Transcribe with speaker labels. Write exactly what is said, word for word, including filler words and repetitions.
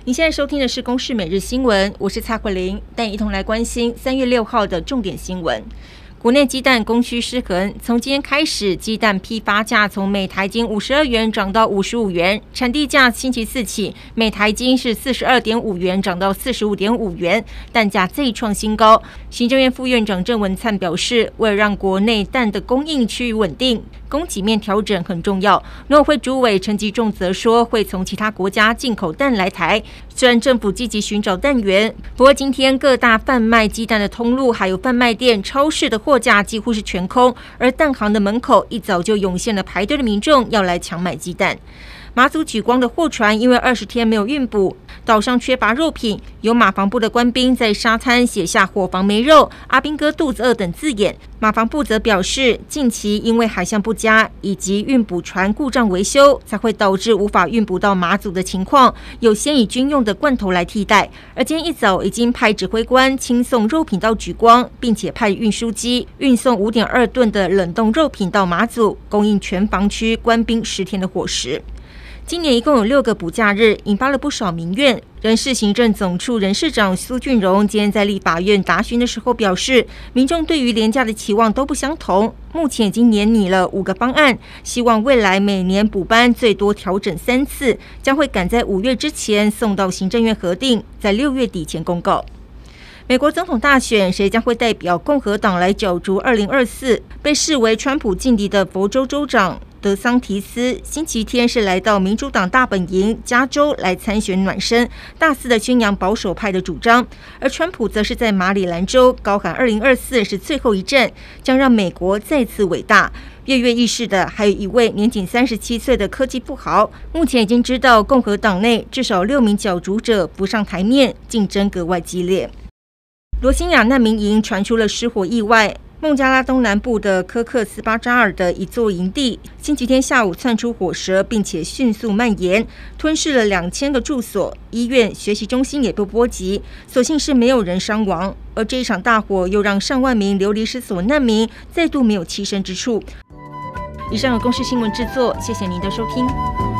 Speaker 1: 你现在收听的是《公视每日新闻》，我是蔡慧玲，带你一同来关心三月六号的重点新闻。国内鸡蛋供需失衡，从今天开始，鸡蛋批发价从每台斤五十二元涨到五十五元，产地价星期四起每台斤是四十二点五元涨到四十五点五元，蛋价再创新高。行政院副院长郑文灿表示，为了让国内蛋的供应趋于稳定，供给面调整很重要。农委会主委陈吉仲则说，会从其他国家进口蛋来台。虽然政府积极寻找蛋源，不过今天各大贩卖鸡蛋的通路还有贩卖店、超市的货架几乎是全空，而蛋行的门口一早就涌现了排队的民众要来抢买鸡蛋。马祖莒光的货船因为二十天没有运补，岛上缺乏肉品，有马防部的官兵在沙滩写下伙房没肉、阿兵哥肚子饿等字眼。马防部则表示，近期因为海象不佳以及运补船故障维修，才会导致无法运补到马祖的情况，有先以军用的罐头来替代。而今天一早已经派指挥官亲送肉品到莒光，并且派运输机运送 五点二吨的冷冻肉品到马祖，供应全防区官兵十天的伙食。今年一共有六个补假日，引发了不少民怨。人事行政总处人事长苏俊荣今天在立法院答询的时候表示，民众对于连假的期望都不相同，目前已经研拟了五个方案，希望未来每年补班最多调整三次，将会赶在五月之前送到行政院核定，在六月底前公告。美国总统大选，谁将会代表共和党来角逐二零二四？被视为川普劲敌的佛州州长德桑提斯星期天是来到民主党大本营加州来参选暖身，大肆的宣扬保守派的主张。而川普则是在马里兰州高喊二零二四是最后一战，将让美国再次伟大。跃跃欲试的还有一位年仅三十七岁的科技富豪，目前已经知道共和党内至少六名角逐者浮上台面，竞争格外激烈。罗兴亚难民营传出了失火意外，孟加拉东南部的科克斯巴扎尔的一座营地，星期天下午窜出火舌，并且迅速蔓延，吞噬了两千个住所、医院、学习中心也被波及，所幸是没有人伤亡。而这一场大火又让上万名流离失所难民再度没有栖身之处。以上有公视新闻制作，谢谢您的收听。